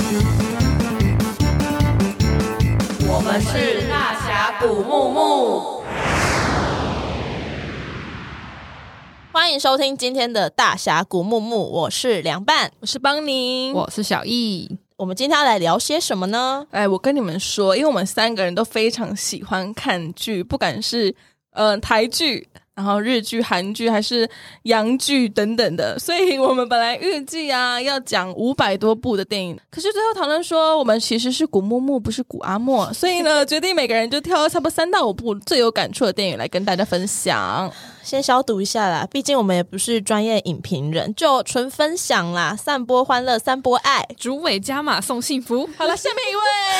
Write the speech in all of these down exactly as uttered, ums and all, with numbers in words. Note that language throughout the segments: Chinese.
我们是大峡谷木木，欢迎收听今天的大峡谷木木，我是凉拌， 我是邦宁， 我是小易。 我们今天要来聊些什么呢？ 哎，我跟你们说，因为我们三个人都非常喜欢看剧，不管是呃台剧，然后日剧、韩剧还是洋剧等等的，所以我们本来预计啊要讲五百多部的电影，可是最后讨论说我们其实是古木木，不是古阿莫，所以呢决定每个人就挑差不多三到五部最有感触的电影来跟大家分享。 先消毒一下啦，毕竟我们也不是专业影评人，就纯分享啦，散播欢乐，散播爱， 主委加码送幸福。 好了，下面一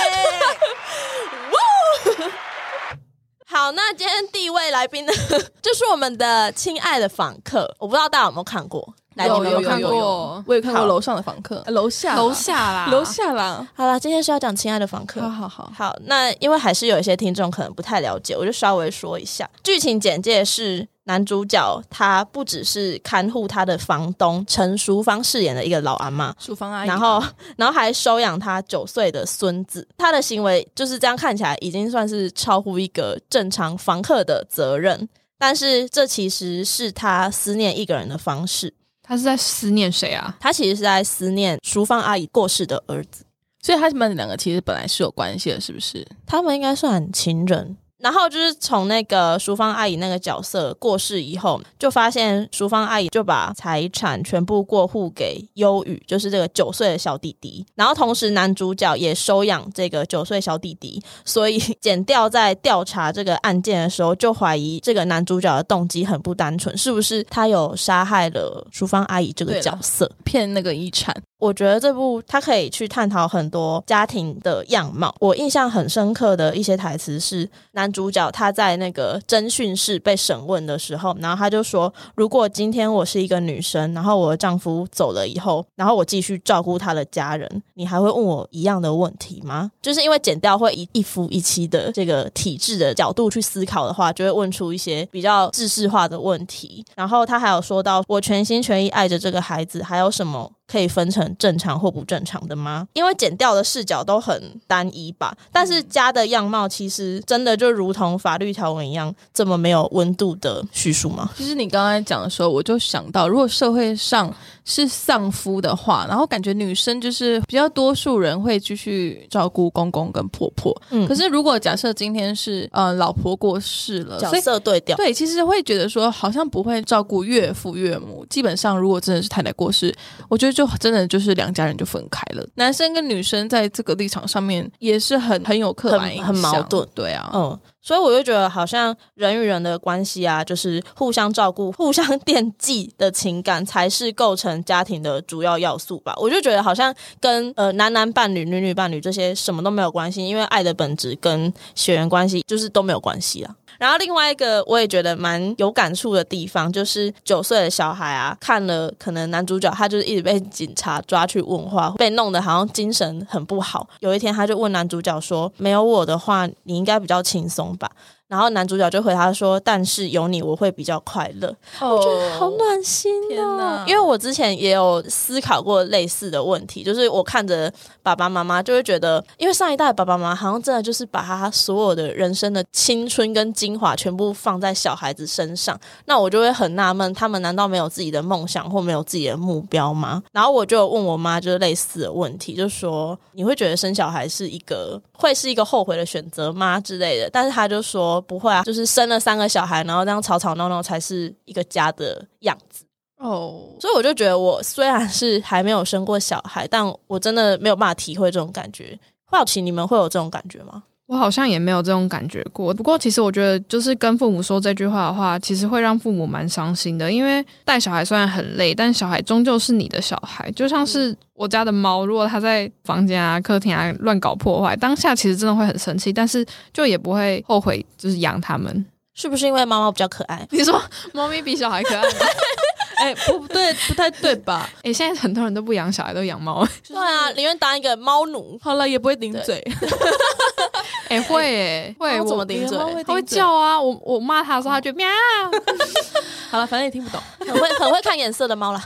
位好，那今天第一位来宾呢，就是我们的亲爱的访客，我不知道大家有没有看过？来， 有你们有看过？ 有有有，我有看过楼上的访客，楼下楼下啦， 楼下啦。 好啦，今天是要讲亲爱的访客。 好好好好，那因为还是有一些听众可能不太了解，我就稍微说一下。剧情简介是男主角他不只是看护他的房东陈淑芳饰演的一个老阿嬷， 淑芳阿姨， 然后然后还收养他九岁的孙子。他的行为就是这样看起来已经算是超乎一个正常房客的责任，但是这其实是他思念一个人的方式。 他是在思念谁啊？ 他其实是在思念淑芳阿姨过世的儿子， 所以他们两个其实本来是有关系的，是不是？ 他们应该算情人。然后就是从那个淑芳阿姨那个角色过世以后，就发现淑芳阿姨就把财产全部过户给优宇，就是这个九岁的小弟弟。然后同时男主角也收养这个九岁小弟弟，所以检调在调查这个案件的时候，就怀疑这个男主角的动机很不单纯，是不是他有杀害了淑芳阿姨这个角色， 骗那个遗产。 我觉得这部它可以去探讨很多家庭的样貌。我印象很深刻的一些台词是男主角他在那个侦讯室被审问的时候，然后他就说，如果今天我是一个女生，然后我的丈夫走了以后，然后我继续照顾他的家人，你还会问我一样的问题吗？就是因为检调会以一夫一妻的这个体制的角度去思考的话，就会问出一些比较制式化的问题。然后他还有说到，我全心全意爱着这个孩子，还有什么可以分成正常或不正常的吗？因为检调的视角都很单一吧，但是家的样貌其实真的就如同法律条文一样这么没有温度的叙述吗？ 其实你刚才讲的时候，我就想到如果社会上是丧夫的话，然后感觉女生就是比较多数人会继续照顾公公跟婆婆、嗯、可是如果假设今天是呃老婆过世了， 角色对调， 对，其实会觉得说好像不会照顾岳父岳母，基本上如果真的是太太过世，我觉得就真的就是两家人就分开了。男生跟女生在这个立场上面也是很很有刻板印象， 很矛盾。 对啊， 嗯，所以我就觉得好像人与人的关系啊，就是互相照顾互相惦记的情感才是构成家庭的主要要素吧。我就觉得好像跟呃男男伴侣女女伴侣这些什么都没有关系，因为爱的本质跟血缘关系就是都没有关系啦。然后另外一个我也觉得蛮有感触的地方，就是九岁的小孩啊，看了可能男主角他就是一直被警察抓去问话，被弄得好像精神很不好。有一天他就问男主角说，没有我的话你应该比较轻松吧？然后男主角就回他说，但是有你我会比较快乐、哦、我觉得好暖心哦。因为我之前也有思考过类似的问题，就是我看着爸爸妈妈就会觉得，因为上一代的爸爸妈妈好像真的就是把他所有的人生的青春跟精华全部放在小孩子身上，那我就会很纳闷，他们难道没有自己的梦想或没有自己的目标吗？然后我就问我妈就是类似的问题，就说你会觉得生小孩是一个会是一个后悔的选择吗之类的，但是他就说不会啊，就是生了三个小孩，然后这样吵吵闹闹才是一个家的样子哦。所以我就觉得我虽然是还没有生过小孩，但我真的没有办法体会这种感觉。好奇你们会有这种感觉吗？ 我好像也没有这种感觉过，不过其实我觉得就是跟父母说这句话的话，其实会让父母蛮伤心的，因为带小孩虽然很累，但小孩终究是你的小孩。就像是我家的猫，如果它在房间啊客厅啊乱搞破坏，当下其实真的会很生气，但是就也不会后悔就是养它们。 是不是因为猫猫比较可爱？ 你说猫咪比小孩可爱吗？ 哎、欸，不对，不太对吧？ 哎、欸，现在很多人都不养小孩，都养猫。 对啊，宁愿当一个猫奴。 好了，也不会顶嘴。 哎、欸，会哎、欸，会。 我怎么顶嘴？ 它会叫啊！我我骂它的时候，它就喵。 好了，反正也听不懂。 很会很会看颜色的猫啦。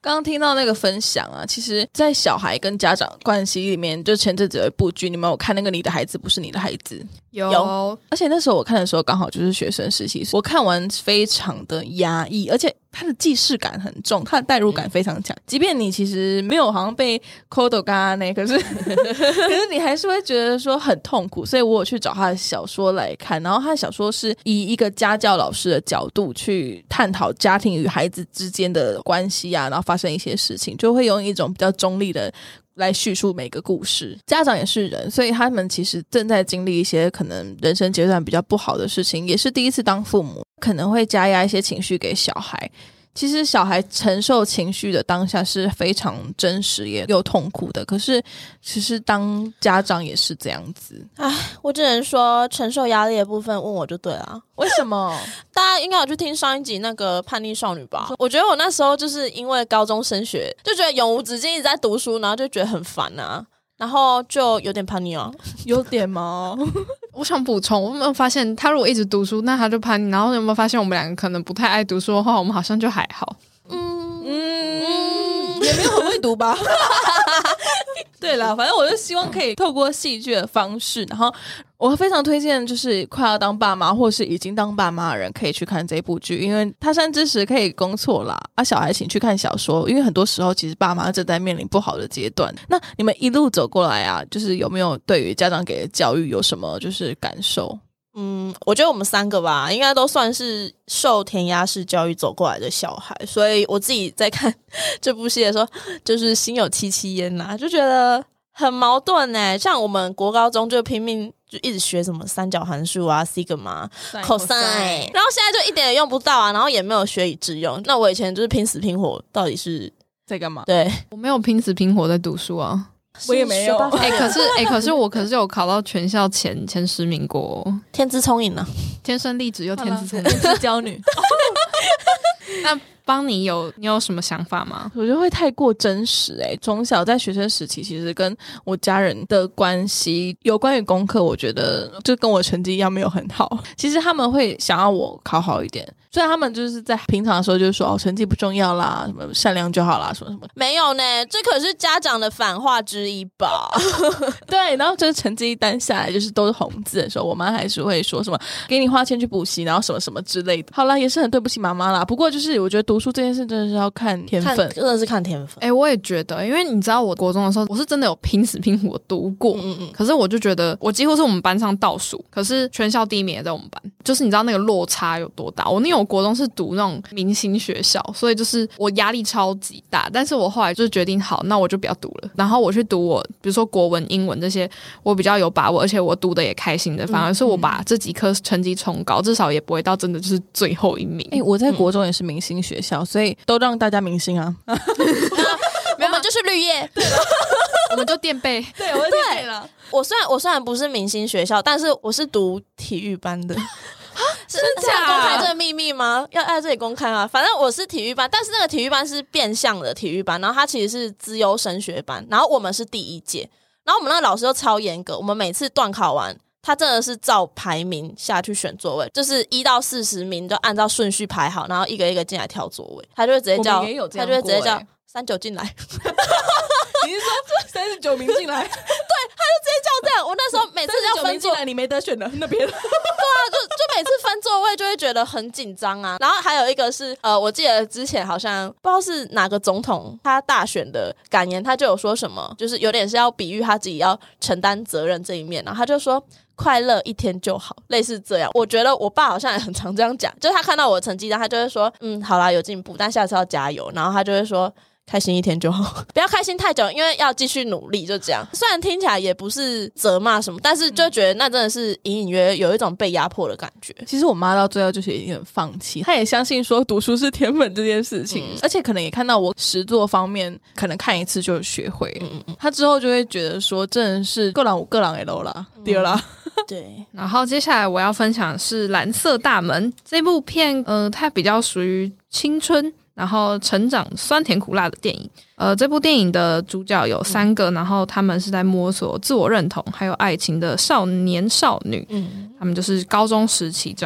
刚刚听到那个分享啊，其实在小孩跟家长关系里面，就前阵子有一部剧，你们有看那个你的孩子不是你的孩子？ 有， 而且那时候我看的时候刚好就是学生时期，我看完非常的压抑，而且它的既视感很重，它的代入感非常强，即便你其实没有好像被抠豆嘎呢，可是可是你还是会觉得说很痛苦，所以我有去找他的小说来看，然后他的小说是以一个家教老师的角度去探讨家庭与孩子之间的关系啊，然后发生一些事情，就会用一种比较中立的来叙述每个故事。家长也是人，所以他们其实正在经历一些可能人生阶段比较不好的事情，也是第一次当父母，可能会加压一些情绪给小孩。其实小孩承受情绪的当下是非常真实也又痛苦的，可是其实当家长也是这样子。 唉，我只能说承受压力的部分问我就对了。 为什么？ 大家应该有去听上一集那个叛逆少女吧？我觉得我那时候就是因为高中升学，就觉得永无止境一直在读书，然后就觉得很烦啊，然后就有点叛逆啊。 有点吗？ 我想补充，我有没有发现他如果一直读书，那他就叛逆，然后有没有发现我们两个可能不太爱读书的话，我们好像就还好。 嗯嗯，也没有很会读吧。对啦，反正我就希望可以透过戏剧的方式，然后我非常推荐就是快要当爸妈或是已经当爸妈的人可以去看这部剧，因为他山之石可以攻错啦，啊小孩请去看小说，因为很多时候其实爸妈正在面临不好的阶段。那你们一路走过来啊，就是有没有对于家长给的教育有什么就是感受？ 嗯，我觉得我们三个吧，应该都算是受填鸭式教育走过来的小孩，所以我自己在看这部戏的时候，就是心有戚戚焉呐，就觉得很矛盾欸。像我们国高中就拼命就一直学什么三角函数啊 sigma cosine， 然后现在就一点也用不到啊，然后也没有学以致用。那我以前就是拼死拼活，到底是在干嘛？ 对， 我没有拼死拼活在读书啊。 我也没有。 哎、欸，可是哎、欸，可是我可是有考到全校前前十名过、哦， 天资聪颖啊， 天生丽质又天资聪颖， 天之娇女。 那邦尼有你有什么想法吗？ 我觉得会太过真实哎、欸。从小在学生时期，其实跟我家人的关系有关于功课，我觉得就跟我成绩一样没有很好。其实他们会想要我考好一点，虽然他们就是在平常的时候就是说哦成绩不重要啦，什么善良就好啦，什么什么。 没有呢，这可是家长的反话之一吧？ 对，然后就是成绩单下来就是都是红字的时候，我妈还是会说什么给你花钱去补习，然后什么什么之类的。好啦，也是很对不起妈妈啦。不过就是我觉得读书这件事真的是要看天分， 真的是看天分。 哎、欸，我也觉得，因为你知道我国中的时候，我是真的有拼死拼活读过，嗯嗯，可是我就觉得我几乎是我们班上倒数，可是全校第一名也在我们班，就是你知道那个落差有多大。我因为我国中是读那种明星学校，所以就是我压力超级大，但是我后来就是决定好，那我就不要读了，然后我去读我比如说国文、英文这些我比较有把握，而且我读的也开心的，反而是我把这几科成绩冲高，至少也不会到真的就是最后一名。 哎、欸，我在国中也是明星学校，嗯、所以都让大家明星啊。 我们就是绿叶，对吧？ 我们就垫背， 对，我就垫背了。 我虽然我虽然不是明星学校，但是我是读体育班的。是是要公开这个秘密吗？要在这里公开吗？反正我是体育班，但是那个体育班是变相的体育班，然后它其实是资优升学班，然后我们是第一届，然后我们那个老师又超严格，我们每次段考完，他真的是照排名下去选座位，就是一到四十名就按照顺序排好，然后一个一个进来挑座位，他就会直接叫，他就会直接叫三九进来。 你是说三十九名进来？ 对，他就直接叫这样。我那时候每次要分座， 你没得选的那边。对啊，就就每次分座位就会觉得很紧张啊。然后还有一个是呃，我记得之前好像不知道是哪个总统他大选的感言，他就有说什么，就是有点是要比喻他自己要承担责任这一面，然后他就说快乐一天就好，类似这样。我觉得我爸好像也很常这样讲，就是他看到我的成绩单，他就会说嗯，好啦，有进步，但下次要加油。然后他就会说开心一天就好，不要开心太久，因为要继续努力，就这样。虽然听起来也不是责骂什么，但是就觉得那真的是隐隐约约有一种被压迫的感觉。 其实我妈到最后就是已经很放弃，她也相信说读书是天分这件事情、嗯、而且可能也看到我实作方面可能看一次就学会，嗯嗯，她之后就会觉得说真的是各人有各人的路啦，对啦。 对， 然后接下来我要分享的是《蓝色大门》这部片，呃，它比较属于青春然后成长酸甜苦辣的电影。呃，这部电影的主角有三个、嗯、然后他们是在摸索自我认同还有爱情的少年少女，嗯，他们就是高中时期这样子。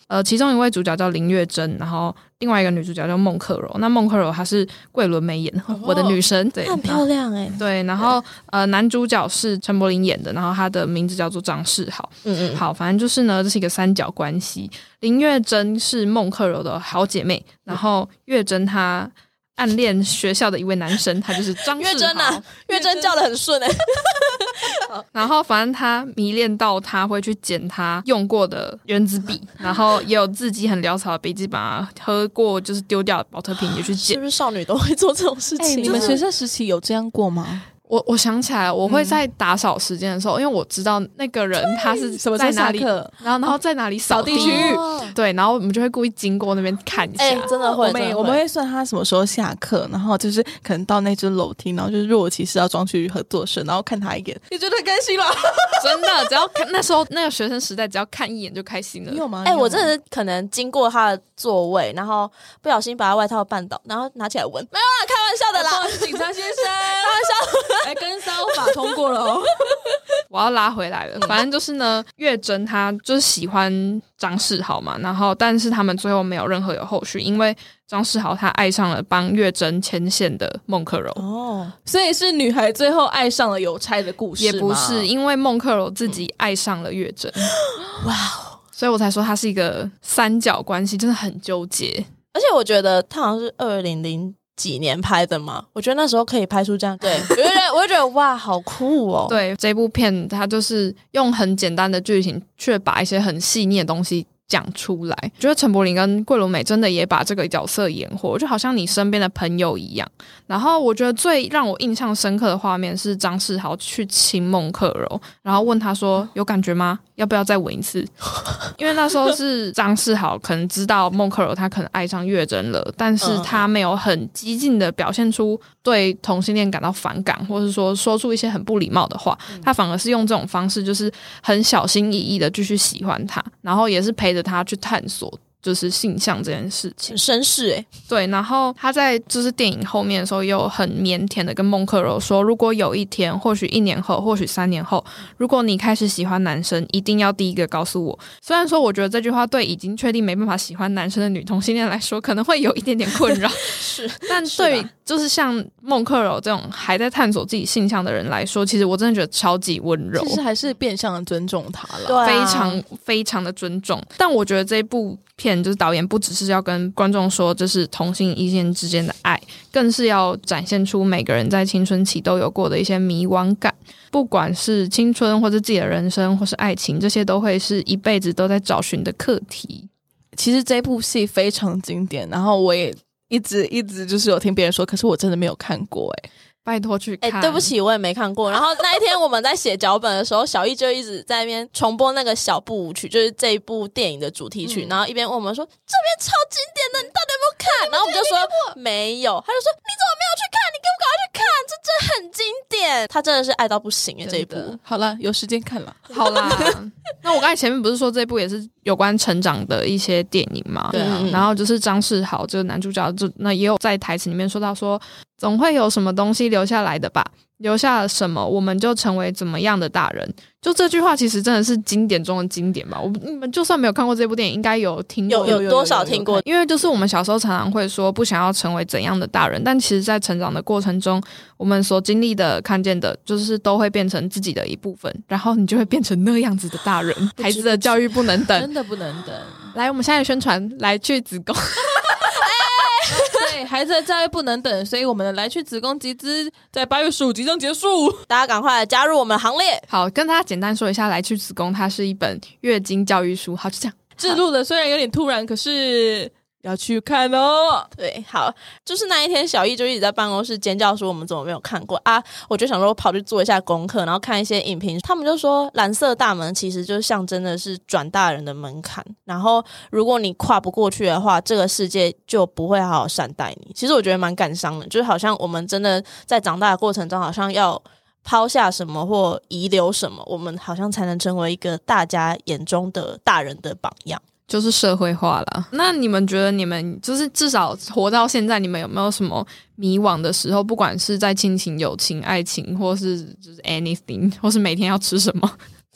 呃，其中一位主角叫林月珍，然后另外一个女主角叫孟克柔。那孟克柔她是桂纶镁演的，哦、我的女神，对， 很漂亮哎、欸。 对，然后呃，男主角是陈柏霖演的，然后他的名字叫做张世豪。嗯嗯，好，反正就是呢，这是一个三角关系。林月珍是孟克柔的好姐妹，然后月珍她暗恋学校的一位男生，他就是张世豪。 月珍啊，月珍叫得很顺哎、欸。 然后反正他迷恋到他会去捡他用过的原子笔，然后也有自己很潦草的笔记本啊，喝过就是丢掉的保特瓶也去捡。 是不是少女都会做这种事情？ 欸、你们学生时期有这样过吗？ 我我想起来了，我会在打扫时间的时候、嗯，因为我知道那个人他是在哪里，然后然后在哪里扫地区域、哦，对，然后我们就会故意经过那边看一下。 哎、欸，真的会， 我们我们会算他什么时候下课，然后就是可能到那只楼梯，然后就是若无其事要装去合作社，然后看他一眼，你觉得很开心了？ 真的，只要看那时候那个学生时代，只要看一眼就开心了。 你有吗？ 哎、欸，我真的是可能经过他的座位，然后不小心把他外套绊倒，然后拿起来闻，没有啦，开玩笑的啦， 不好意思警察先生， 开玩笑。 哎，跟骚法通过了哦。 我要拉回来了，反正就是呢，月珍她就是喜欢张世豪嘛，然后但是他们最后没有任何有后续，因为张世豪他爱上了帮月珍牵线的孟克柔。 哦，所以是女孩最后爱上了邮差的故事吗？ 也不是，因为孟克柔自己爱上了月珍。 哇、 嗯，所以我才说他是一个三角关系，真的很纠结。 而且我觉得他好像是二零零几年拍的嘛，我觉得那时候可以拍出这样，对，我就觉得我就觉得哇，好酷哦。 对，这部片它就是用很简单的剧情，却把一些很细腻的东西讲出来。我觉得陈柏霖跟桂纶镁真的也把这个角色演活，就好像你身边的朋友一样。然后我觉得最让我印象深刻的画面是张世豪去亲孟克柔，然后问他说有感觉吗？要不要再吻一次？因为那时候是张世豪可能知道孟克柔他可能爱上月珍了，但是他没有很激进的表现出对同性恋感到反感，或是说说出一些很不礼貌的话，他反而是用这种方式就是很小心翼翼的继续喜欢他，然后也是陪着他去探索就是性向这件事情， 很绅士欸。 对，然后他在就是电影后面的时候，也有很腼腆的跟孟克柔说，如果有一天，或许一年后，或许三年后，如果你开始喜欢男生，一定要第一个告诉我。虽然说我觉得这句话对已经确定没办法喜欢男生的女同性恋来说，可能会有一点点困扰， 是， 但对于就是像孟克柔这种还在探索自己性向的人来说，其实我真的觉得超级温柔， 其实还是变相的尊重他了， 对啊， 非常非常的尊重。但我觉得这部片就是导演不只是要跟观众说这是同性异性之间的爱，更是要展现出每个人在青春期都有过的一些迷惘感，不管是青春或是自己的人生或是爱情，这些都会是一辈子都在找寻的课题。 其实这部戏非常经典，然后我也一直一直就是有听别人说，可是我真的没有看过欸。 拜托去看。 哎、欸，对不起，我也没看过。然后那一天我们在写脚本的时候，小易就一直在那边重播那个小步舞曲，就是这一部电影的主题曲，嗯、然后一边问我们说这边超经典的，你到底有没有看？然后我们就说没有，他就说你怎么没有去看？你给我赶快去看，这真的很经典。他真的是爱到不行哎，这一部。 好了，有时间看了。 好啦，那我刚才前面不是说这部也是有关成长的一些电影嘛？ 对啊。 然后就是张世豪这个男主角，就那也有在台词里面说到说，总会有什么东西留下来的吧。留下了什么，我们就成为怎么样的大人。就这句话其实真的是经典中的经典吧。我你们就算没有看过这部电影，应该有听过， 有有多少听过？ 因为就是我们小时候常常会说不想要成为怎样的大人，但其实在成长的过程中，我们所经历的、看见的，就是都会变成自己的一部分，然后你就会变成那样子的大人。孩子的教育不能等， 真的不能等。 来，我们现在宣传来去子宫。 对，孩子的教育不能等，所以我们的来去子宫集资在八月十五即将结束， 大家赶快来加入我们的行列。 好，跟大家简单说一下，来去子宫它是一本月经教育书。好，就这样。 制录的虽然有点突然，可是要去看哦。 对，好，就是那一天小易就一直在办公室尖叫说我们怎么没有看过啊，我就想说我跑去做一下功课，然后看一些影评，他们就说蓝色大门其实就象征的是转大人的门槛，然后如果你跨不过去的话，这个世界就不会好好善待你。其实我觉得蛮感伤的，就是好像我们真的在长大的过程中好像要抛下什么或遗留什么，我们好像才能成为一个大家眼中的大人的榜样， 就是社会化了。那你们觉得你们就是至少活到现在，你们有没有什么迷惘的时候？不管是在亲情、友情、爱情，或是就是 anything， 或是每天要吃什么？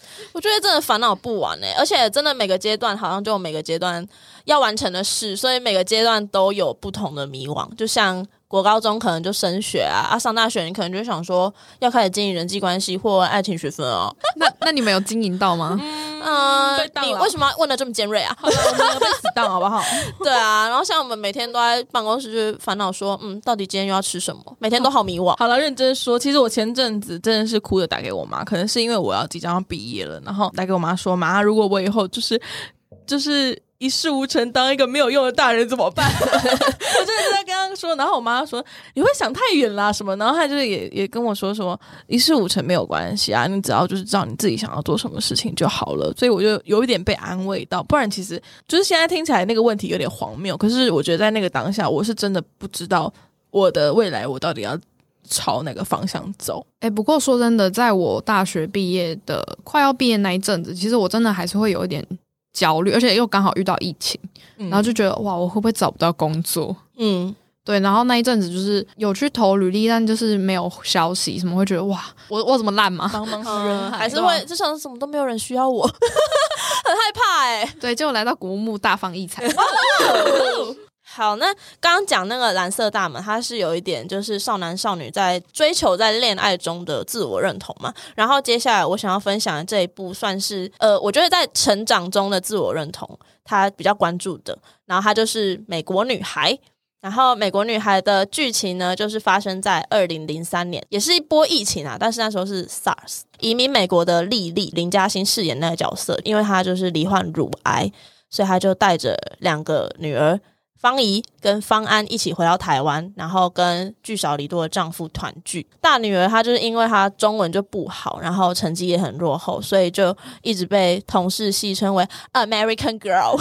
我觉得真的烦恼不完欸，而且真的每个阶段好像就有每个阶段要完成的事，所以每个阶段都有不同的迷惘。就像国高中可能就升学啊，啊上大学你可能就想说要开始经营人际关系或爱情学分哦。 那那你们有经营到吗？ 嗯、呃，你为什么要问的这么尖锐啊？ 好了，我们被死当好不好？ 对啊，然后像我们每天都在办公室就烦恼说，嗯，到底今天又要吃什么？每天都好迷惘。 好了，认真说，其实我前阵子真的是哭着打给我妈，可能是因为我要即将要毕业了，然后打给我妈说，妈，如果我以后就是就是一事无成，当一个没有用的大人怎么办？我真的是在跟她说，然后我妈说你会想太远啦什么，然后她就是也也跟我说什么一事无成没有关系啊，你只要就是知道你自己想要做什么事情就好了，所以我就有一点被安慰到。不然其实就是现在听起来那个问题有点荒谬，可是我觉得在那个当下我是真的不知道我的未来我到底要朝哪个方向走。 哎、欸，不过说真的，在我大学毕业的快要毕业那一阵子，其实我真的还是会有一点焦虑，而且又刚好遇到疫情、嗯、然后就觉得哇，我会不会找不到工作？嗯，对，然后那一阵子就是有去投履历，但就是没有消息，什么会觉得哇，我我怎么烂吗？ 茫茫人海、 嗯、还是会就想什么都没有人需要我，很害怕哎、欸。 对，结果来到古墓大放异彩。 好，那刚刚讲那个蓝色大门，它是有一点就是少男少女在追求在恋爱中的自我认同嘛。然后接下来我想要分享的这一部算是呃，我觉得在成长中的自我认同，他比较关注的。然后它就是美国女孩。然后美国女孩的剧情呢，就是发生在二零零三年，也是一波疫情啊，但是那时候是 SARS。移民美国的莉莉林嘉欣饰演那个角色，因为她就是罹患乳癌，所以她就带着两个女儿。方怡跟方安一起回到台湾，然后跟聚少离多的丈夫团聚。大女儿她就是因为她中文就不好，然后成绩也很落后，所以就一直被同事戏称为 American Girl。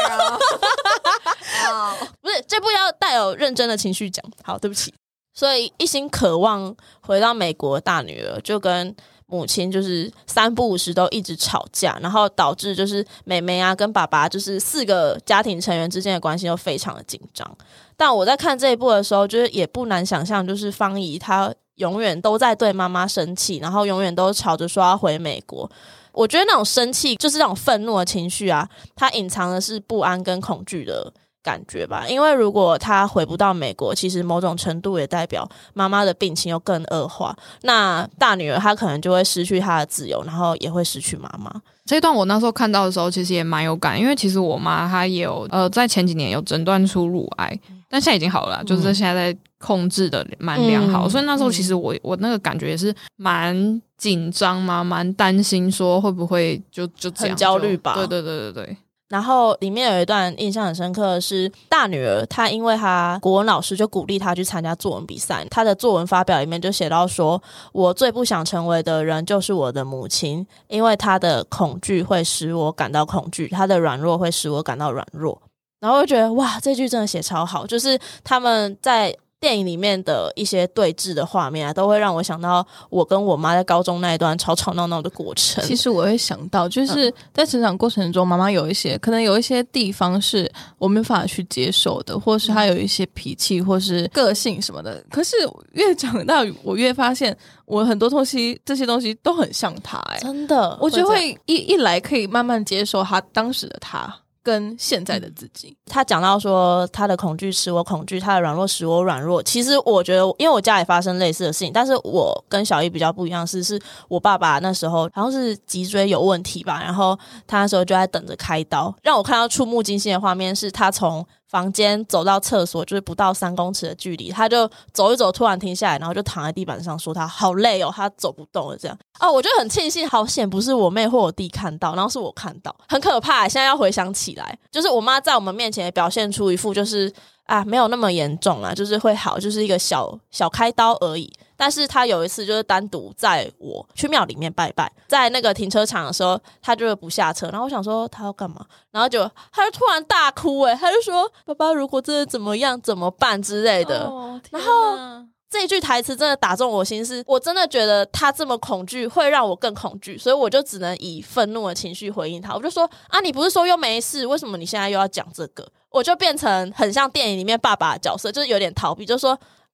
不是，这部要带有认真的情绪讲。好，对不起。所以一心渴望回到美国的大女儿就跟母亲就是三不五时都一直吵架，然后导致就是妹妹啊跟爸爸就是四个家庭成员之间的关系都非常的紧张。但我在看这一部的时候，就是也不难想象，就是方怡她永远都在对妈妈生气，然后永远都吵着说要回美国。我觉得那种生气就是那种愤怒的情绪啊，它隐藏的是不安跟恐惧的感觉吧。因为如果他回不到美国，其实某种程度也代表妈妈的病情又更恶化，那大女儿她可能就会失去她的自由，然后也会失去妈妈。 这一段我那时候看到的时候其实也蛮有感，因为其实我妈她也有呃在前几年有诊断出乳癌，但现在已经好了啦、嗯、就是现在在控制的蛮良好、嗯、所以那时候其实我我那个感觉也是蛮紧张嘛，蛮担心说会不会就就这样， 很焦虑吧。 对对对对对。 然后里面有一段印象很深刻的是，大女儿她因为她国文老师就鼓励她去参加作文比赛，她的作文发表里面就写到说，我最不想成为的人就是我的母亲，因为她的恐惧会使我感到恐惧，她的软弱会使我感到软弱。然后我就觉得哇，这句真的写超好，就是他们在电影里面的一些对峙的画面啊，都会让我想到我跟我妈在高中那一段吵吵闹闹的过程。 其实我会想到，就是在成长过程中，妈妈有一些可能有一些地方是我没办法去接受的，或是她有一些脾气或是个性什么的。可是越长大，我越发现我很多东西，这些东西都很像她、欸。 真的， 我就会一一来可以慢慢接受她当时的她。跟现在的自己、嗯、 他讲到说他的恐惧使我恐惧，他的软弱使我软弱。其实我觉得因为我家也发生类似的事情，但是我跟小艺比较不一样是是我爸爸那时候好像是脊椎有问题吧，然后他那时候就在等着开刀，让我看到触目惊心的画面是他从房间走到厕所就是不到三公尺的距离，他就走一走突然停下来，然后就躺在地板上说他好累哦，他走不动了这样。哦，我就很庆幸好险不是我妹或我弟看到，然后是我看到，很可怕。现在要回想起来，就是我妈在我们面前也表现出一副就是啊没有那么严重啊，就是会好，就是一个小小开刀而已。但是他有一次就是单独载我去庙里面拜拜，在那个停车场的时候他就不下车，然后我想说他要干嘛，然后就他就突然大哭耶、欸、他就说爸爸如果真的怎么样怎么办之类的、哦、然后这一句台词真的打中我心思，我真的觉得他这么恐惧会让我更恐惧，所以我就只能以愤怒的情绪回应他，我就说啊你不是说又没事，为什么你现在又要讲这个，我就变成很像电影里面爸爸的角色，就是有点逃避，就说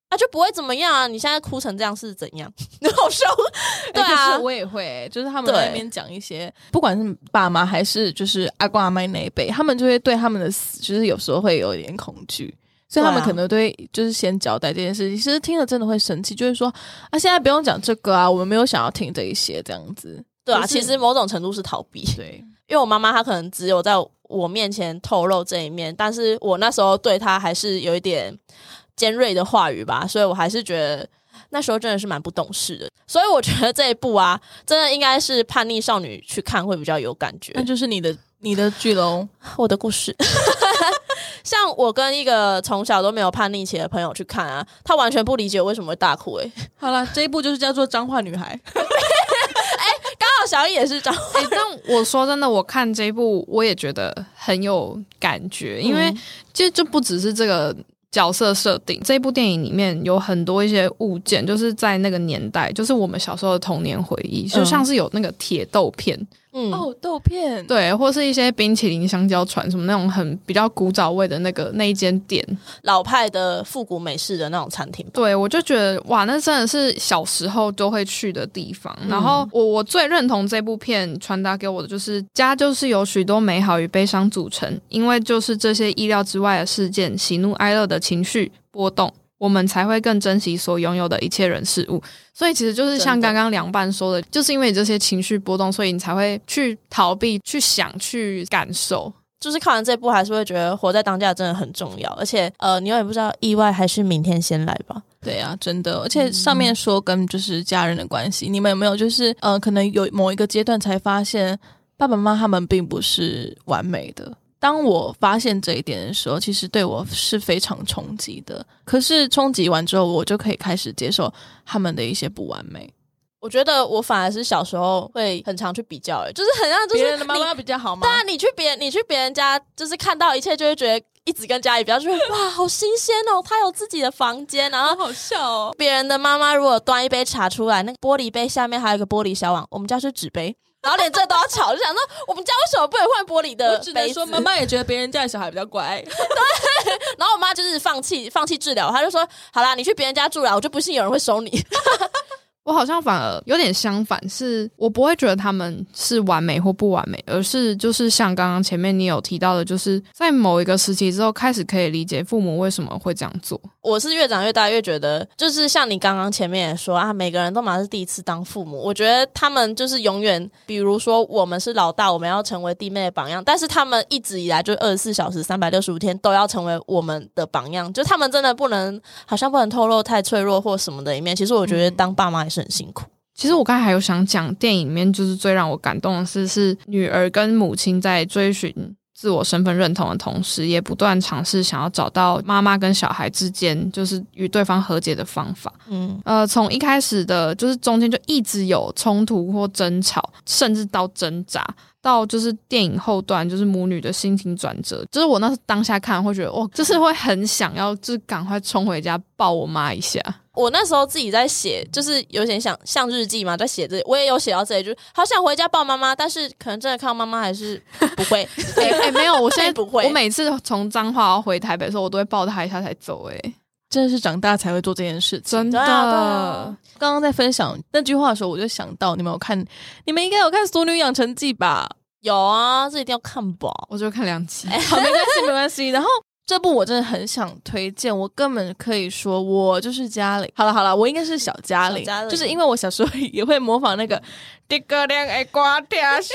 啊，就不会怎么样啊！你现在哭成这样是怎样？好凶，对啊， 欸、我也会、欸，就是他们在那边讲一些，不管是爸妈还是就是阿公阿妈那一辈，他们就会对他们的死，就是有时候会有一点恐惧，所以他们可能对就是先交代这件事情。其实听了真的会生气，就是说啊，现在不用讲这个啊，我们没有想要听这一些这样子。 对啊， 就是、 其实某种程度是逃避。 对， 因为我妈妈她可能只有在我面前透露这一面，但是我那时候对她还是有一点尖锐的话语吧，所以我还是觉得那时候真的是蛮不懂事的。所以我觉得这一部啊，真的应该是叛逆少女去看会比较有感觉。 那就是你的你的剧咯， 我的故事。像我跟一个从小都没有叛逆期的朋友去看啊，他完全不理解我为什么会大哭、欸。 好啦，这一部就是叫做《彰化女孩》。 刚好小易也是彰化、 欸，但我说真的，我看这一部我也觉得很有感觉，因为其实就不只是这个角色设定，这部电影里面有很多一些物件，就是在那个年代，就是我们小时候的童年回忆，就像是有那个铁豆片， 嗯， 哦，豆片， 对，或是一些冰淇淋香蕉船什么那种很比较古早味的那个那一间店， 老派的复古美式的那种餐厅。 对，我就觉得哇，那真的是小时候都会去的地方。 嗯、 然后我我最认同这部片传达给我的就是家就是由许多美好与悲伤组成，因为就是这些意料之外的事件，喜怒哀乐的情绪波动，我们才会更珍惜所拥有的一切人事物。所以其实就是像刚刚凉拌说的，就是因为这些情绪波动，所以你才会去逃避、去想、去感受。 就是看完这部还是会觉得活在当下真的很重要，而且呃，你永远不知道意外还是明天先来吧。 对啊，真的，而且上面说跟就是家人的关系、嗯、你们有没有就是呃，可能有某一个阶段才发现爸爸妈妈他们并不是完美的。当我发现这一点的时候，其实对我是非常冲击的，可是冲击完之后我就可以开始接受他们的一些不完美。 我觉得我反而是小时候会很常去比较、欸、就是很像就是别人的妈妈比较好吗？ 对啊，你去别你去别人家就是看到一切就会觉得一直跟家里比较，就会哇好新鲜哦，他有自己的房间，然后好笑哦。 别人的妈妈如果端一杯茶出来，那个玻璃杯下面还有一个玻璃小碗，我们家是纸杯，然后连这都要吵，就想说我们家为什么不能换玻璃的杯子？ 我只能说妈妈也觉得别人家的小孩比较乖。 对，然后我妈就是放弃放弃治疗，她就说好啦，你去别人家住啦，我就不信有人会收你。 我好像反而有点相反，是我不会觉得他们是完美或不完美，而是就是像刚刚前面你有提到的，就是在某一个时期之后开始可以理解父母为什么会这样做。 我是越长越大越觉得，就是像你刚刚前面也说啊，每个人都马上是第一次当父母，我觉得他们就是永远，比如说我们是老大，我们要成为弟妹的榜样，但是他们一直以来就二十四小时三百六十五天都要成为我们的榜样，就他们真的不能好像不能透露太脆弱或什么的一面。其实我觉得当爸妈也是很辛苦。 其实我刚才还有想讲，电影里面就是最让我感动的是，是女儿跟母亲在追寻自我身份认同的同时，也不断尝试想要找到妈妈跟小孩之间就是与对方和解的方法。嗯，呃，从一开始的就是中间就一直有冲突或争吵，甚至到挣扎，到就是电影后段就是母女的心情转折，就是我那时当下看会觉得哇，就是会很想要就是赶快冲回家抱我妈一下。 我那时候自己在写，就是有点想像日记嘛，在写这，我也有写到这里，就是好想回家抱妈妈，但是可能真的看到妈妈还是不会。 哎哎、欸欸，没有，我现在不会。 我每次从彰化要回台北的时候，我都会抱她一下才走、欸。哎， 真的是长大才会做这件事情， 真的。 刚刚在分享那句话的时候，我就想到，你们有看，你们应该有看《俗女养成记》吧？ 有啊，这一定要看吧。 我就看两集。 哎、好，没关系，没关系。然后。这部我真的很想推荐，我根本可以说我就是嘉玲。好了好了，我应该是小嘉玲，就是因为我小时候也会模仿那个诸葛亮的歌听秀，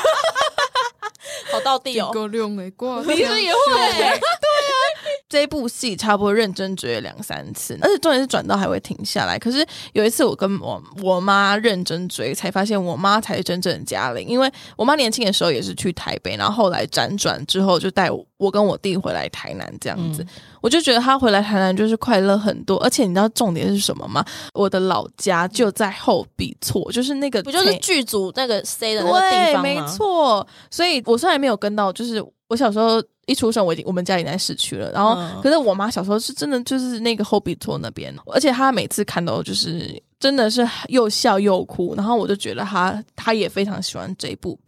好到地哦。 诸葛亮的歌， 你是也会？对啊，这一部戏差不多认真追了两三次，而且重点是转到还会停下来。可是有一次我跟我我妈认真追，才发现我妈才是真正的嘉玲，因为我妈年轻的时候也是去台北，然后后来辗转之后就带我跟我弟回来台南这样子、嗯、我就觉得他回来台南就是快乐很多，而且你知道重点是什么吗？我的老家就在后壁厝，就是那个不就是剧组那个 C 的那个地方吗？ 对，没错。所以我虽然没有跟到，就是我小时候一出生我已经我们家已经在市区了，然后、嗯、可是我妈小时候是真的就是那个后壁厝那边，而且她每次看到就是真的是又笑又哭，然后我就觉得她她也非常喜欢这部片。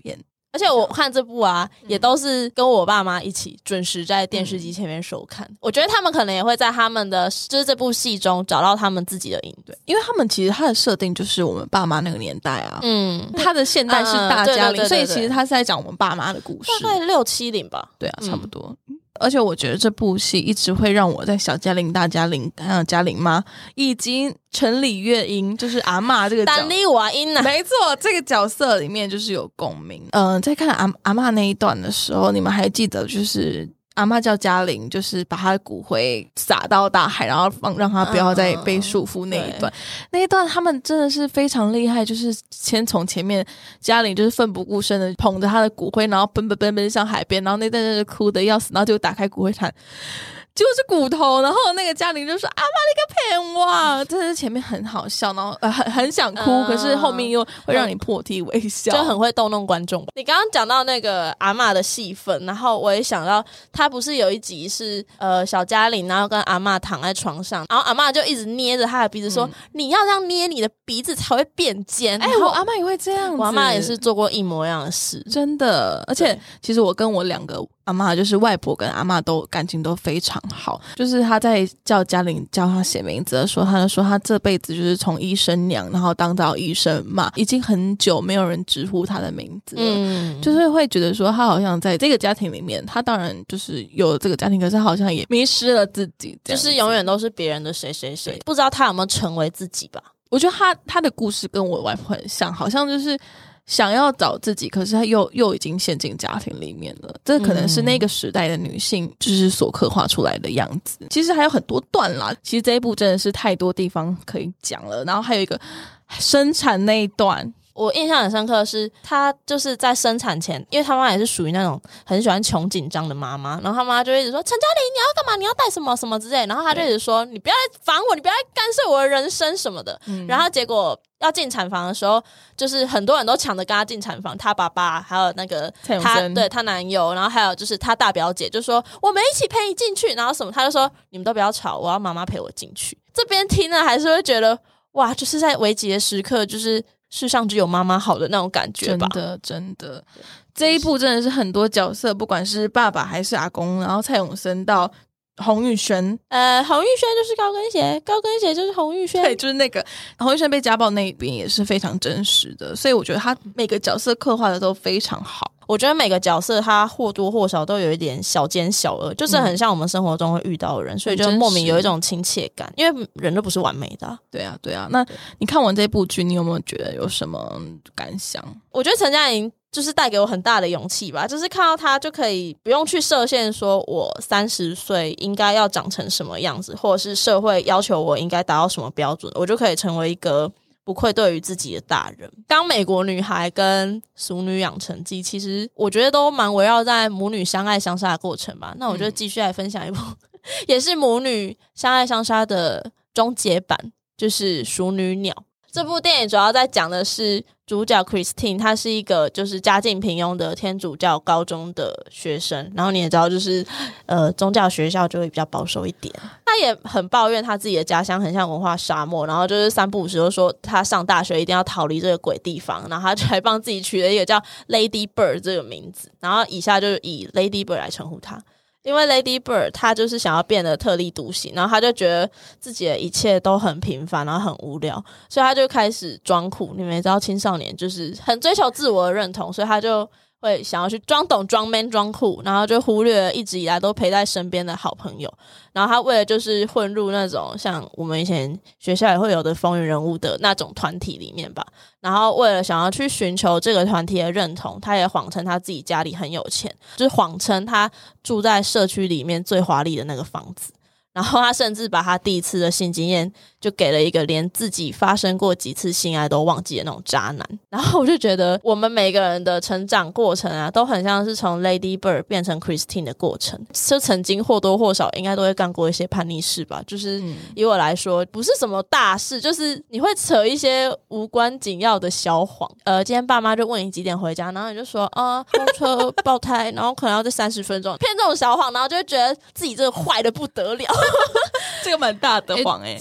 而且我看这部啊、嗯、也都是跟我爸妈一起准时在电视机前面收看、嗯、我觉得他们可能也会在他们的就是这部戏中找到他们自己的应对， 因为他们其实他的设定就是我们爸妈那个年代啊，嗯，他的现代是大家庭、嗯、所以其实他是在讲我们爸妈的故事， 大概六七零吧， 对啊，差不多、嗯，而且我觉得这部戏一直会让我在小嘉玲、大嘉玲还有嘉玲妈以及城里月英就是阿嬷这个角色， 丹丽瓦英啊， 没错，这个角色里面就是有共鸣。嗯、呃，在看阿阿嬷那一段的时候，你们还记得就是阿嬷叫嘉玲，就是把她的骨灰撒到大海，然后放让她不要再被束缚那一段、嗯、那一段他们真的是非常厉害，就是先从前面嘉玲就是奋不顾身的捧着她的骨灰，然后奔奔奔奔向海边，然后那段就是哭的要死，然后就打开骨灰坛就是骨头，然后那个嘉玲就说阿嬷你个骗我，真的是前面很好笑，然后、呃、很很想哭、嗯、可是后面又会让你破涕为笑， 就很会逗弄观众。你刚刚讲到那个阿嬷的戏份，然后我也想到他不是有一集是呃小嘉玲然后跟阿嬷躺在床上，然后阿嬷就一直捏着她的鼻子说、嗯、你要这样捏你的鼻子才会变尖。 哎、欸，我阿嬷也会这样子， 我阿嬷也是做过一模一样的事， 真的。而且其实我跟我两个阿嬷就是外婆跟阿嬷都感情都非常好，就是她在叫嘉玲叫她写名字的时候，她就说她这辈子就是从医生娘然后当到医生嘛，已经很久没有人直呼她的名字了、嗯、就是会觉得说她好像在这个家庭里面，她当然就是有这个家庭，可是她好像也迷失了自己， 就是永远都是别人的谁谁谁，不知道她有没有成为自己吧。 我觉得她她的故事跟我外婆很像，好像就是想要找自己，可是她又又已经陷进家庭里面了，这可能是那个时代的女性就是所刻画出来的样子。其实还有很多段啦，其实这一部真的是太多地方可以讲了。然后还有一个生产那一段， 我印象很深刻的是她就是在生产前，因为她妈也是属于那种很喜欢穷紧张的妈妈，然后她妈就一直说陈嘉玲你要干嘛，你要带什么什么之类，然后她就一直说你不要来烦我，你不要来干涉我的人生什么的、嗯、然后结果要进产房的时候，就是很多人都抢着跟她进产房，她爸爸还有那个她对她男友，然后还有就是她大表姐就说我们一起陪你进去，然后什么她就说你们都不要吵，我要妈妈陪我进去。这边听了还是会觉得哇，就是在危急的时刻，就是世上只有妈妈好的那种感觉吧。 真的真的，这一部真的是很多角色，不管是爸爸还是阿公，然后蔡永森到洪玉轩， 呃，洪玉轩就是高跟鞋，高跟鞋就是洪玉轩， 对，就是那个洪玉轩被家暴那一边也是非常真实的，所以我觉得他每个角色刻画的都非常好。 我觉得每个角色他或多或少都有一点小奸小恶，就是很像我们生活中会遇到的人、嗯、所以就莫名有一种亲切感，因为人都不是完美的、啊、 对啊对啊。那你看完这部剧你有没有觉得有什么感想？ 我觉得陈嘉玲就是带给我很大的勇气吧，就是看到她就可以不用去设限说我三十岁应该要长成什么样子，或者是社会要求我应该达到什么标准，我就可以成为一个不愧对于自己的大人。刚美国女孩跟熟女养成记其实我觉得都蛮围绕在母女相爱相杀的过程吧，那我就继续来分享一部、嗯、也是母女相爱相杀的终结版，就是熟女鸟。这部电影主要在讲的是主角 Christine， 她是一个就是家境平庸的天主教高中的学生，然后你也知道就是呃宗教学校就会比较保守一点，她也很抱怨她自己的家乡很像文化沙漠，然后就是三不五时就说她上大学一定要逃离这个鬼地方，然后她就还帮自己取了一个叫 Lady Bird 这个名字，然后以下就是以 Lady Bird 来称呼她。因为 Lady Bird 她就是想要变得特立独行，然后她就觉得自己的一切都很平凡，然后很无聊，所以她就开始装酷。你们也知道青少年就是很追求自我的认同，所以她就会想要去装懂装 man 装酷，然后就忽略了一直以来都陪在身边的好朋友，然后她为了就是混入那种像我们以前学校也会有的风云人物的那种团体里面吧，然后为了想要去寻求这个团体的认同，她也谎称她自己家里很有钱，就是谎称她住在社区里面最华丽的那个房子，然后他甚至把他第一次的性经验就给了一个连自己发生过几次性爱都忘记的那种渣男。然后我就觉得我们每个人的成长过程啊都很像是从 Lady Bird 变成 Christine 的过程，就曾经或多或少应该都会干过一些叛逆事吧，就是以我来说不是什么大事，就是你会扯一些无关紧要的小谎，呃，今天爸妈就问你几点回家，然后你就说啊公车爆胎然后可能要在三十分钟，骗这种小谎，然后就会觉得自己这个坏的不得了这个蛮大的谎欸， 这个我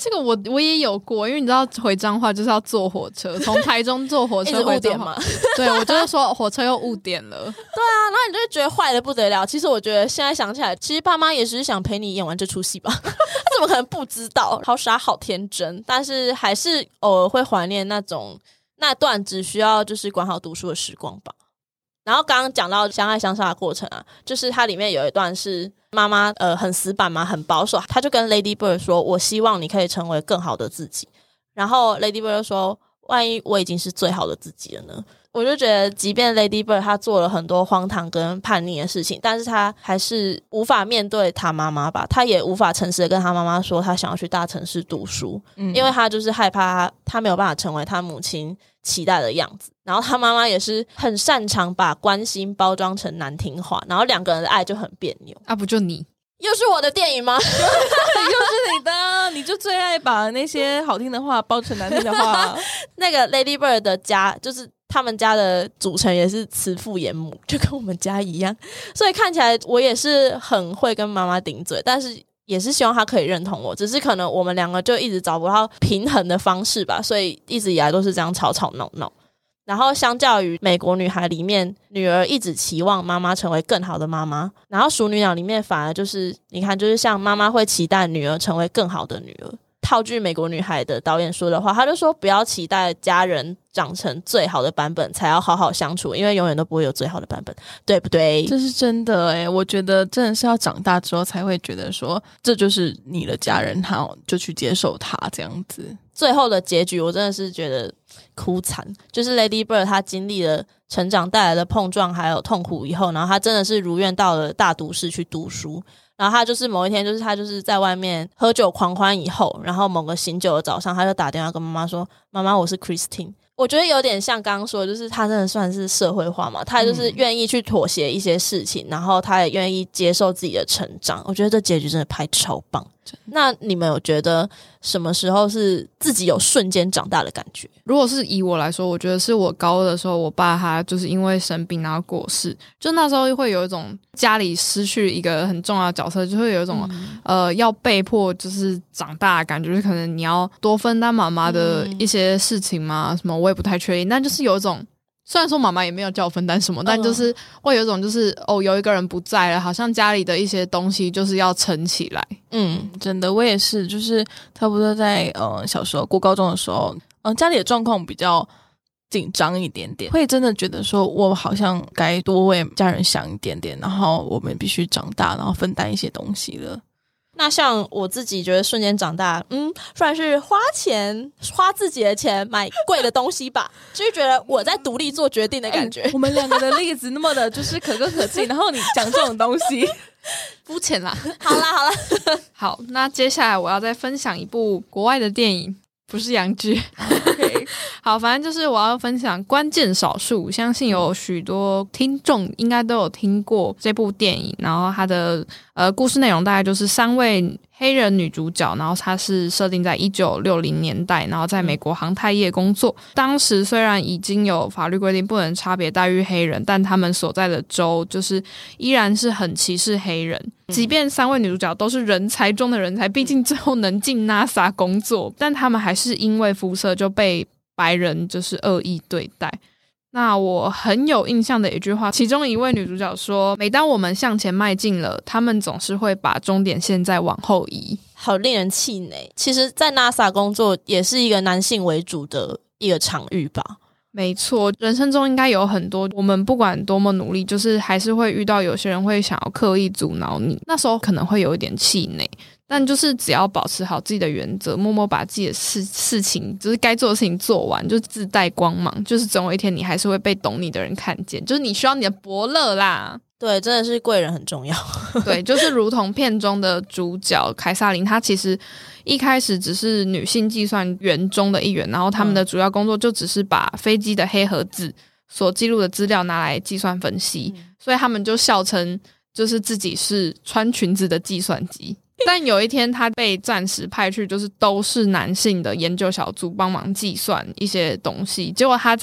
我也有过，因为你知道回彰化就是要坐火车，从台中坐火车回彰化嘛。对，我就是说火车又误点了。对啊，然后你就会觉得坏的不得了。其实我觉得现在想起来，其实爸妈也只是想陪你演完这出戏吧，怎么可能不知道？好傻好天真，但是还是偶尔会怀念那种那段只需要就是管好读书的时光吧。然后刚刚讲到相爱相杀的过程啊，就是它里面有一段是妈妈呃很死板嘛，很保守，他就跟 Lady Bird 说，我希望你可以成为更好的自己。然后 Lady Bird 就说，万一我已经是最好的自己了呢？我就觉得即便 Lady Bird 她做了很多荒唐跟叛逆的事情，但是她还是无法面对她妈妈吧，她也无法诚实的跟她妈妈说她想要去大城市读书、嗯、因为她就是害怕她没有办法成为她母亲期待的样子。然后她妈妈也是很擅长把关心包装成难听话，然后两个人的爱就很别扭啊。不就你又是我的电影吗？又是你的，你就最爱把那些好听的话包成难听的话。 那个 Lady Bird 的家就是他们家的组成也是慈父严母，就跟我们家一样，所以看起来我也是很会跟妈妈顶嘴，但是也是希望她可以认同我，只是可能我们两个就一直找不到平衡的方式吧，所以一直以来都是这样吵吵闹闹。然后相较于美国女孩里面，女儿一直期望妈妈成为更好的妈妈，然后熟女鸟里面反而就是你看，就是像妈妈会期待女儿成为更好的女儿。套句美国女孩的导演说的话，他就说不要期待家人长成最好的版本才要好好相处，因为永远都不会有最好的版本，对不对？ 这是真的耶，我觉得真的是要长大之后才会觉得说这就是你的家人，好就去接受他这样子。 最后的结局我真的是觉得哭惨，就是 Lady Bird 她经历了成长带来的碰撞还有痛苦以后，然后她真的是如愿到了大都市去读书，然后她就是某一天就是她就是在外面喝酒狂欢以后，然后某个醒酒的早上，她就打电话跟妈妈说，妈妈我是 Christine。我觉得有点像刚刚说的，就是她真的算是社会化嘛，她就是愿意去妥协一些事情、嗯、然后她也愿意接受自己的成长。我觉得这结局真的拍超棒。那你们有觉得什么时候是自己有瞬间长大的感觉？ 如果是以我来说，我觉得是我高二的时候，我爸他就是因为生病然后过世，就那时候会有一种家里失去一个很重要的角色，就会有一种、嗯、呃要被迫就是长大的感觉，就是可能你要多分担妈妈的一些事情嘛、嗯、什么我也不太确定，但就是有一种虽然说妈妈也没有叫我分担什么，但就是会有一种就是哦有一个人不在了，好像家里的一些东西就是要撑起来。 嗯，真的我也是，就是差不多在呃小时候过高中的时候，嗯、呃、家里的状况比较紧张一点点，会真的觉得说我好像该多为家人想一点点，然后我们必须长大，然后分担一些东西了。 那像我自己觉得瞬间长大，嗯，算是花钱花自己的钱买贵的东西吧，就是觉得我在独立做决定的感觉、欸、 我们两个的例子那么的就是可歌可泣，然后你讲这种东西肤浅啦。 好啦好啦好，那接下来我要再分享一部国外的电影，不是洋剧 okay. 好，反正就是我要分享关键少数，相信有许多听众应该都有听过这部电影，然后它的呃故事内容大概就是三位黑人女主角，然后她是设定在一九六零年代，然后在美国航太业工作。当时虽然已经有法律规定不能差别待遇黑人，但他们所在的州就是依然是很歧视黑人。即便三位女主角都是人才中的人才，毕竟最后能进 NASA 工作，但他们还是因为肤色就被白人就是恶意对待。那我很有印象的一句话，其中一位女主角说，每当我们向前迈进了，他们总是会把终点线再往后移。 好令人气馁。其实在 NASA 工作也是一个男性为主的一个场域吧。 没错，人生中应该有很多我们不管多么努力，就是还是会遇到有些人会想要刻意阻挠你，那时候可能会有一点气馁，但就是只要保持好自己的原则，默默把自己的事事情就是该做的事情做完，就自带光芒，就是总有一天你还是会被懂你的人看见，就是你需要你的伯乐啦。 对，真的是贵人很重要。 对，就是如同片中的主角凯撒琳，她其实一开始只是女性计算员中的一员，然后他们的主要工作就只是把飞机的黑盒子所记录的资料拿来计算分析、嗯、所以他们就笑称就是自己是穿裙子的计算机。但有一天他被暂时派去就是都是男性的研究小组帮忙计算一些东西，结果他在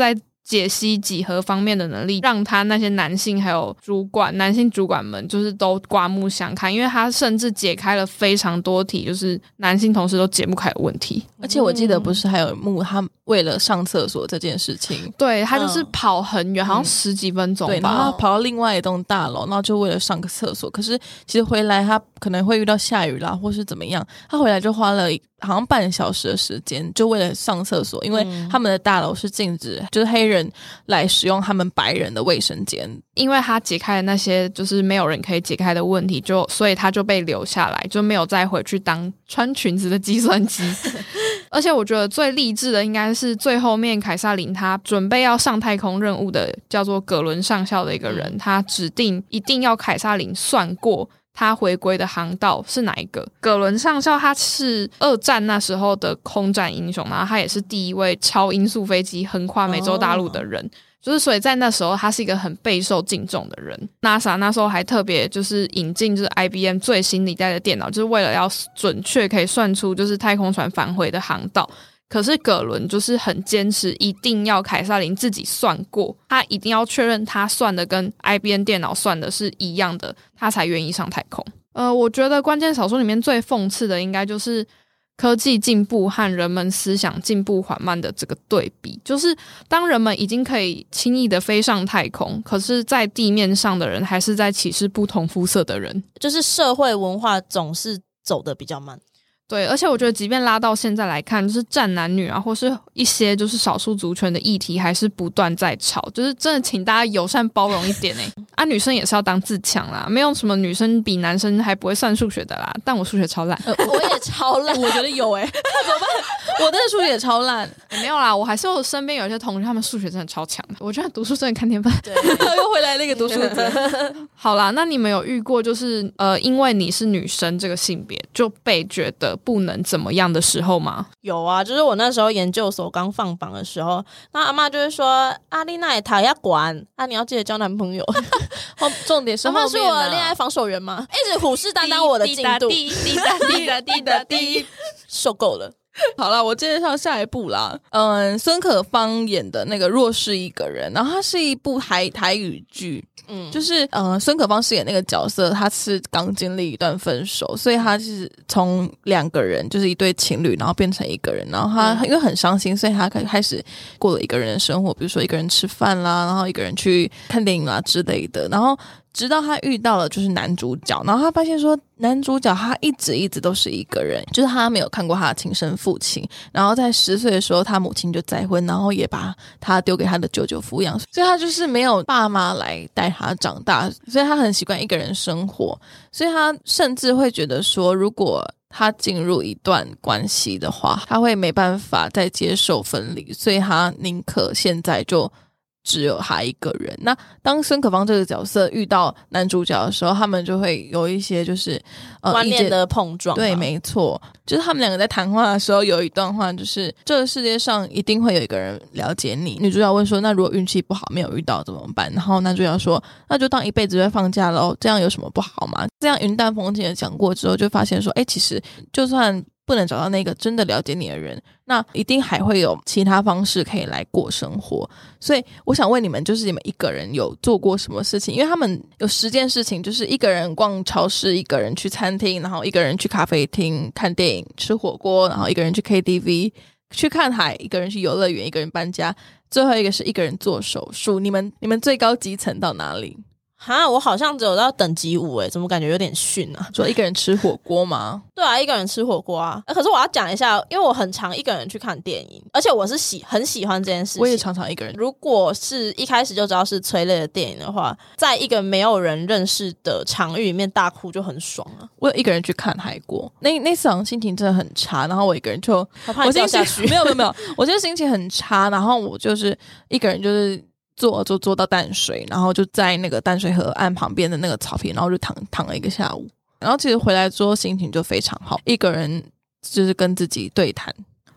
解析几何方面的能力，让他那些男性还有主管男性主管们就是都刮目相看，因为他甚至解开了非常多题就是男性同事都解不开的问题。 而且我记得不是还有一幕他为了上厕所这件事情， 对，他就是跑很远、嗯、好像十几分钟吧、 对，然后他跑到另外一栋大楼，然后就为了上个厕所，可是其实回来他可能会遇到下雨啦或是怎么样，他回来就花了好像半小时的时间就为了上厕所，因为他们的大楼是禁止就是黑人来使用他们白人的卫生间， 因为他解开了那些就是没有人可以解开的问题，就所以他就被留下来，就没有再回去当穿裙子的计算机而且我觉得最励志的应该是最后面凯撒琳他准备要上太空任务的叫做葛伦上校的一个人、嗯、他指定一定要凯撒琳算过他回归的航道是哪一个。葛伦上校他是二战那时候的空战英雄，然后他也是第一位超音速飞机横跨美洲大陆的人、哦、就是所以在那时候他是一个很备受敬重的人。 NASA 那时候还特别就是引进就是 I B M 最新一代的电脑，就是为了要准确可以算出就是太空船返回的航道，可是葛伦就是很坚持一定要凯撒琳自己算过，他一定要确认他算的跟 I B M 电脑算的是一样的，他才愿意上太空。呃，我觉得关键少数里面最讽刺的应该就是科技进步和人们思想进步缓慢的这个对比，就是当人们已经可以轻易的飞上太空，可是在地面上的人还是在歧视不同肤色的人， 就是社会文化总是走得比较慢。 对，而且我觉得即便拉到现在来看，就是战男女啊，或是一些就是少数族群的议题还是不断在吵，就是真的请大家友善包容一点欸啊，女生也是要当自强啦，没有什么女生比男生还不会算数学的啦，但我数学超烂、 呃、我也超烂我觉得有欸怎么办，我的数学也超烂、 欸、没有啦，我还是有身边有一些同学他们数学真的超强的，我觉得读书真的看天分。 对又回来那个读书好啦，那你们有遇过就是呃，因为你是女生这个性别就被觉得不能怎么样的时候吗？ 有啊，就是我那时候研究所刚放榜的时候，那阿嬷就会说阿丽娜也讨要管啊，你要记得交男朋友重点是后面、啊、 阿嬷是我恋爱防守员吗？一直虎视眈眈我的进度， 滴滴答滴答滴答滴， 受够了。 好啦，我介绍下一部啦。嗯，孙可芳演的那个《若是一个人》，然后它是一部台台语剧。嗯，就是呃，孙可芳饰演那个角色，她是刚经历一段分手，所以她是从两个人，就是一对情侣，然后变成一个人，然后她、嗯、因为很伤心，所以她开始过了一个人的生活，比如说一个人吃饭啦，然后一个人去看电影啦之类的，然后直到他遇到了就是男主角，然后他发现说男主角他一直一直都是一个人，就是他没有看过他的亲生父亲，然后在十岁的时候他母亲就再婚，然后也把他丢给他的舅舅抚养，所以他就是没有爸妈来带他长大，所以他很习惯一个人生活，所以他甚至会觉得说如果他进入一段关系的话，他会没办法再接受分离，所以他宁可现在就只有他一个人。那当孙可芳这个角色遇到男主角的时候，他们就会有一些就是呃观念的碰撞。 对，没错，就是他们两个在谈话的时候有一段话，就是这个世界上一定会有一个人了解你。女主角问说那如果运气不好没有遇到怎么办，然后男主角说那就当一辈子会放假咯，这样有什么不好吗？这样云淡风轻的讲过之后，就发现说诶其实就算不能找到那个真的了解你的人，那一定还会有其他方式可以来过生活。所以我想问你们，就是你们一个人有做过什么事情？因为他们有十件事情，就是一个人逛超市，一个人去餐厅，然后一个人去咖啡厅看电影吃火锅，然后一个人去 K T V 去看海，一个人去游乐园，一个人搬家，最后一个是一个人做手术。你们你们最高级层到哪里？ 哈，我好像只有到等级五诶，怎么感觉有点逊啊？ 说一个人吃火锅吗？ 对啊，一个人吃火锅啊。可是我要讲一下，因为我很常一个人去看电影，而且我是喜很喜欢这件事情。 我也常常一个人。如果是一开始就知道是催泪的电影的话，在一个没有人认识的场域里面大哭就很爽啊。 我有一个人去看海过，那那次好像心情真的很差，然后我一个人就我怕你掉下去。 没有没有没有，我觉得心情很差，然后我就是一个人就是坐就坐到淡水，然后就在那个淡水河岸旁边的那个草坪，然后就躺躺了一个下午。然后其实回来之后心情就非常好，一个人就是跟自己对谈。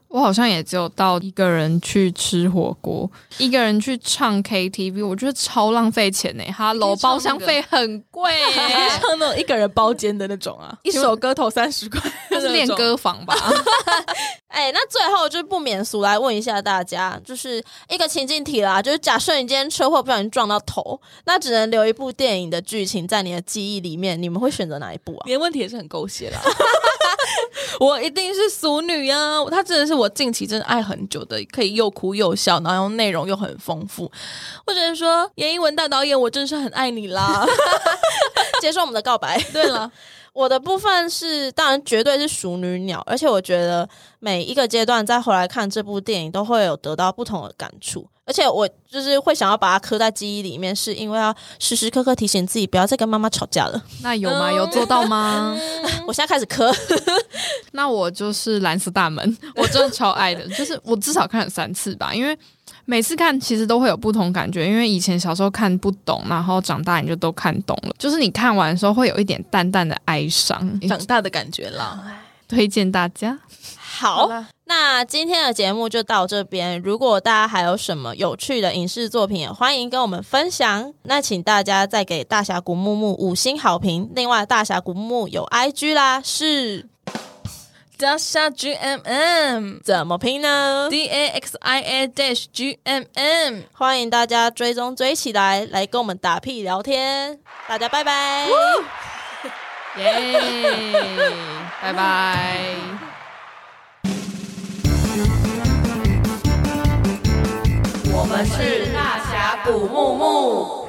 我好像也只有到一个人去吃火锅，一个人去唱 K T V， 我觉得超浪费钱呢、欸。哈喽，包厢费很贵、欸， 唱那种一个人包间的那种啊，一首歌投三十块， 就是练歌房吧。 哎、欸，那最后就不免俗来问一下大家，就是一个情境题啦，就是假设你今天车祸不小心撞到头，那只能留一部电影的剧情在你的记忆里面，你们会选择哪一部啊？ 你的问题也是很狗血啦。我一定是俗女啊！她真的是我近期真的爱很久的，可以又哭又笑，然后内容又很丰富。我只能说，严艺文大导演，我真是很爱你啦！ 接受我们的告白。 对了。 我的部分是，当然绝对是熟女鸟，而且我觉得每一个阶段再回来看这部电影，都会有得到不同的感触。而且我就是会想要把它刻在记忆里面，是因为要时时刻刻提醒自己不要再跟妈妈吵架了。 那有吗？有做到吗？ 我现在开始刻。 那我就是蓝色大门，我真的超爱的，就是我至少看了三次吧，因为每次看其实都会有不同感觉，因为以前小时候看不懂，然后长大你就都看懂了，就是你看完的时候会有一点淡淡的哀伤， 长大的感觉啦。 推荐大家。 好，好，那今天的节目就到这边。如果大家还有什么有趣的影视作品，也欢迎跟我们分享。那请大家再给大峡谷木木五星好评。另外，大峡谷木木有 I G 啦，是大侠 G M M， 怎么拼呢 ？D A X I A dash G M M。 欢迎大家追踪追起来，来跟我们打屁聊天。大家拜拜， 耶，拜拜。 我们是大峡谷木木。